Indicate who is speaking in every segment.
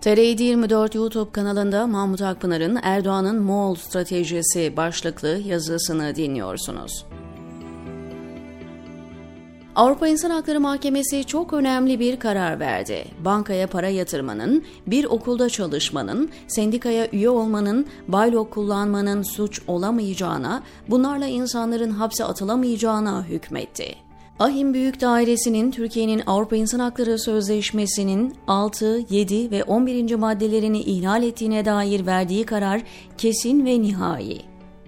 Speaker 1: TR24 YouTube kanalında Mahmut Akpınar'ın Erdoğan'ın Moğol Stratejisi başlıklı yazısını dinliyorsunuz. Avrupa İnsan Hakları Mahkemesi çok önemli bir karar verdi. Bankaya para yatırmanın, bir okulda çalışmanın, sendikaya üye olmanın, baylok kullanmanın suç olamayacağına, bunlarla insanların hapse atılamayacağına hükmetti. Ahim Büyük Dairesi'nin Türkiye'nin Avrupa İnsan Hakları Sözleşmesi'nin 6, 7 ve 11. maddelerini ihlal ettiğine dair verdiği karar kesin ve nihai.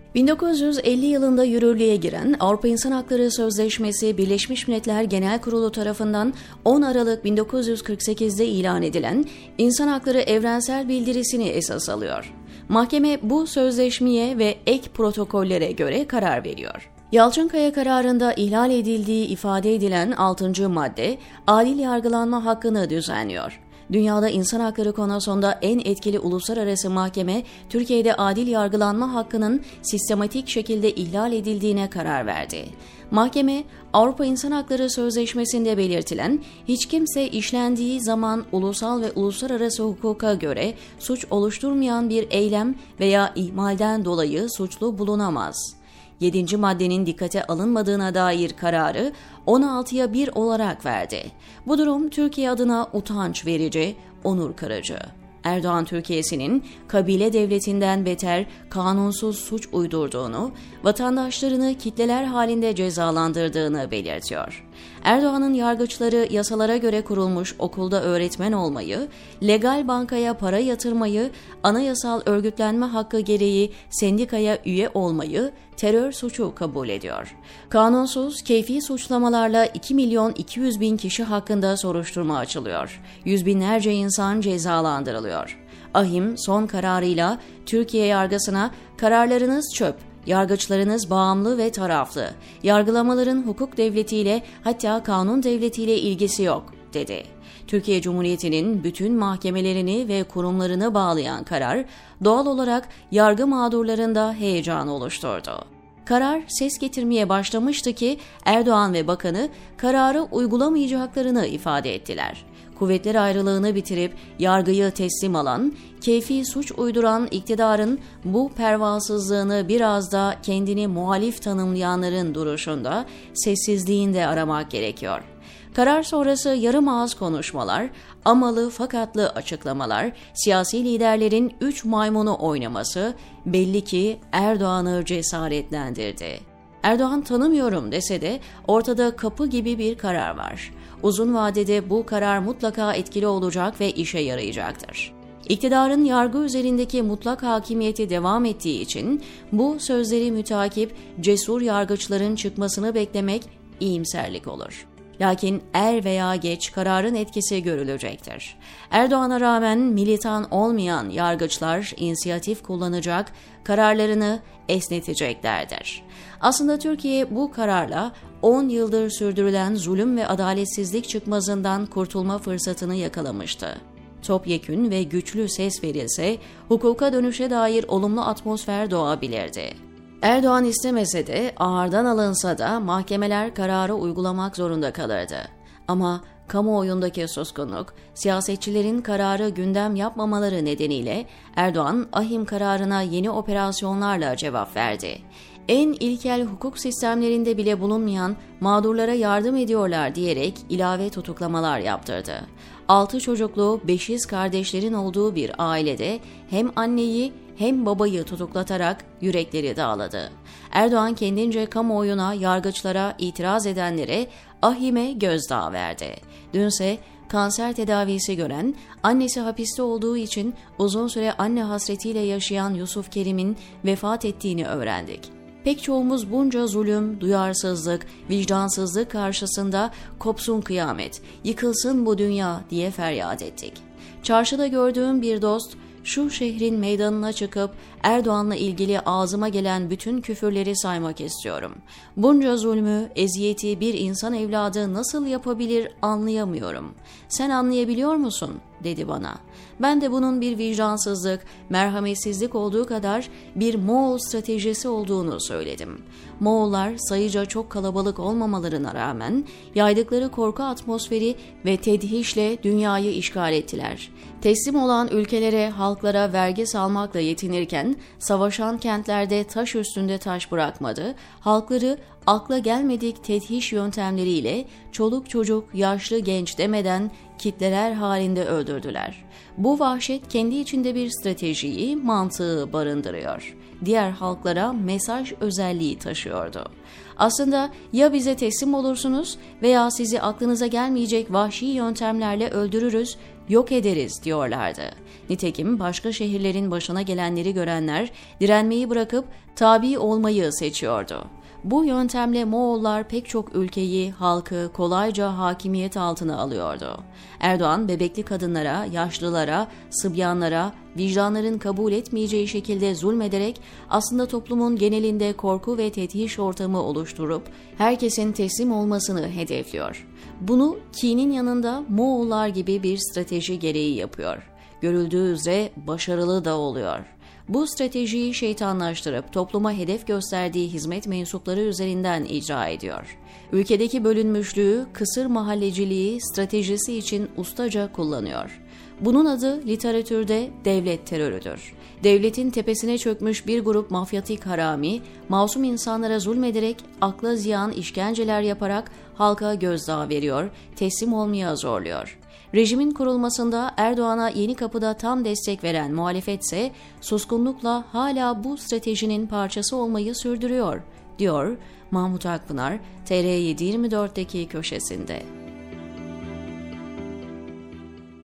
Speaker 1: 1950 yılında yürürlüğe giren Avrupa İnsan Hakları Sözleşmesi Birleşmiş Milletler Genel Kurulu tarafından 10 Aralık 1948'de ilan edilen İnsan Hakları Evrensel Bildirisi'ni esas alıyor. Mahkeme bu sözleşmeye ve ek protokollere göre karar veriyor. Yalçınkaya kararında ihlal edildiği ifade edilen 6. madde, adil yargılanma hakkını düzenliyor. Dünyada insan hakları konusunda en etkili uluslararası mahkeme, Türkiye'de adil yargılanma hakkının sistematik şekilde ihlal edildiğine karar verdi. Mahkeme, Avrupa İnsan Hakları Sözleşmesi'nde belirtilen hiç kimse işlendiği zaman ulusal ve uluslararası hukuka göre suç oluşturmayan bir eylem veya ihmalden dolayı suçlu bulunamaz. 7. maddenin dikkate alınmadığına dair kararı 16'ya 1 olarak verdi. Bu durum Türkiye adına utanç verici, onur kırıcı. Erdoğan Türkiye'sinin kabile devletinden beter kanunsuz suç uydurduğunu, vatandaşlarını kitleler halinde cezalandırdığını belirtiyor. Erdoğan'ın yargıçları yasalara göre kurulmuş okulda öğretmen olmayı, legal bankaya para yatırmayı, anayasal örgütlenme hakkı gereği sendikaya üye olmayı terör suçu kabul ediyor. Kanunsuz, keyfi suçlamalarla 2.200.000 kişi hakkında soruşturma açılıyor. Yüz binlerce insan cezalandırılıyor. Ahim son kararıyla Türkiye yargısına kararlarınız çöp, yargıçlarınız bağımlı ve taraflı, yargılamaların hukuk devletiyle hatta kanun devletiyle ilgisi yok, dedi. Türkiye Cumhuriyeti'nin bütün mahkemelerini ve kurumlarını bağlayan karar, doğal olarak yargı mağdurlarında heyecan oluşturdu. Karar ses getirmeye başlamıştı ki Erdoğan ve bakanı kararı uygulamayacaklarını ifade ettiler. Kuvvetler ayrılığını bitirip yargıyı teslim alan, keyfi suç uyduran iktidarın bu pervasızlığını biraz da kendini muhalif tanımlayanların duruşunda, sessizliğinde aramak gerekiyor. Karar sonrası yarım ağız konuşmalar, amalı fakatlı açıklamalar, siyasi liderlerin 3 maymunu oynaması belli ki Erdoğan'ı cesaretlendirdi. Erdoğan tanımıyorum dese de ortada kapı gibi bir karar var. Uzun vadede bu karar mutlaka etkili olacak ve işe yarayacaktır. İktidarın yargı üzerindeki mutlak hakimiyeti devam ettiği için bu sözleri mütakip cesur yargıçların çıkmasını beklemek iyimserlik olur. Lakin er veya geç kararın etkisi görülecektir. Erdoğan'a rağmen militan olmayan yargıçlar inisiyatif kullanacak, kararlarını esneteceklerdir. Aslında Türkiye bu kararla 10 yıldır sürdürülen zulüm ve adaletsizlik çıkmazından kurtulma fırsatını yakalamıştı. Topyekün ve güçlü ses verilse, hukuka dönüşe dair olumlu atmosfer doğabilirdi. Erdoğan istemese de, ağırdan alınsa da mahkemeler kararı uygulamak zorunda kalırdı. Ama kamuoyundaki suskunluk, siyasetçilerin kararı gündem yapmamaları nedeniyle Erdoğan, ahim kararına yeni operasyonlarla cevap verdi. En ilkel hukuk sistemlerinde bile bulunmayan mağdurlara yardım ediyorlar diyerek ilave tutuklamalar yaptırdı. 6 çocuklu, 5'iz kardeşlerin olduğu bir ailede hem anneyi hem babayı tutuklatarak yürekleri dağladı. Erdoğan kendince kamuoyuna, yargıçlara, itiraz edenlere, ahime gözdağı verdi. Dünse kanser tedavisi gören, annesi hapiste olduğu için uzun süre anne hasretiyle yaşayan Yusuf Kerim'in vefat ettiğini öğrendik. Pek çoğumuz bunca zulüm, duyarsızlık, vicdansızlık karşısında kopsun kıyamet, yıkılsın bu dünya diye feryat ettik. Çarşıda gördüğüm bir dost, şu şehrin meydanına çıkıp Erdoğan'la ilgili ağzıma gelen bütün küfürleri saymak istiyorum. Bunca zulmü, eziyeti bir insan evladı nasıl yapabilir anlayamıyorum. Sen anlayabiliyor musun? dedi bana. Ben de bunun bir vicdansızlık, merhametsizlik olduğu kadar bir Moğol stratejisi olduğunu söyledim. Moğollar sayıca çok kalabalık olmamalarına rağmen yaydıkları korku atmosferi ve tedhişle dünyayı işgal ettiler. Teslim olan ülkelere, halklara vergi salmakla yetinirken savaşan kentlerde taş üstünde taş bırakmadı, halkları akla gelmedik tedhiş yöntemleriyle çoluk çocuk, yaşlı genç demeden kitleler halinde öldürdüler. Bu vahşet kendi içinde bir stratejiyi, mantığı barındırıyor. Diğer halklara mesaj özelliği taşıyordu. Aslında ya bize teslim olursunuz veya sizi aklınıza gelmeyecek vahşi yöntemlerle öldürürüz, yok ederiz diyorlardı. Nitekim başka şehirlerin başına gelenleri görenler direnmeyi bırakıp tabi olmayı seçiyordu. Bu yöntemle Moğollar pek çok ülkeyi, halkı kolayca hakimiyet altına alıyordu. Erdoğan bebekli kadınlara, yaşlılara, sıbyanlara, vicdanların kabul etmeyeceği şekilde zulmederek aslında toplumun genelinde korku ve tedhiş ortamı oluşturup herkesin teslim olmasını hedefliyor. Bunu kinin yanında Moğollar gibi bir strateji gereği yapıyor. Görüldüğü üzere başarılı da oluyor. Bu stratejiyi şeytanlaştırıp topluma hedef gösterdiği hizmet mensupları üzerinden icra ediyor. Ülkedeki bölünmüşlüğü, kısır mahalleciliği stratejisi için ustaca kullanıyor. Bunun adı literatürde devlet terörüdür. Devletin tepesine çökmüş bir grup mafyatik harami, masum insanlara zulmederek akla ziyan işkenceler yaparak halka gözdağı veriyor, teslim olmaya zorluyor. Rejimin kurulmasında Erdoğan'a Yenikapı'da tam destek veren muhalefetse suskunlukla hala bu stratejinin parçası olmayı sürdürüyor, diyor Mahmut Akpınar TR724'deki köşesinde.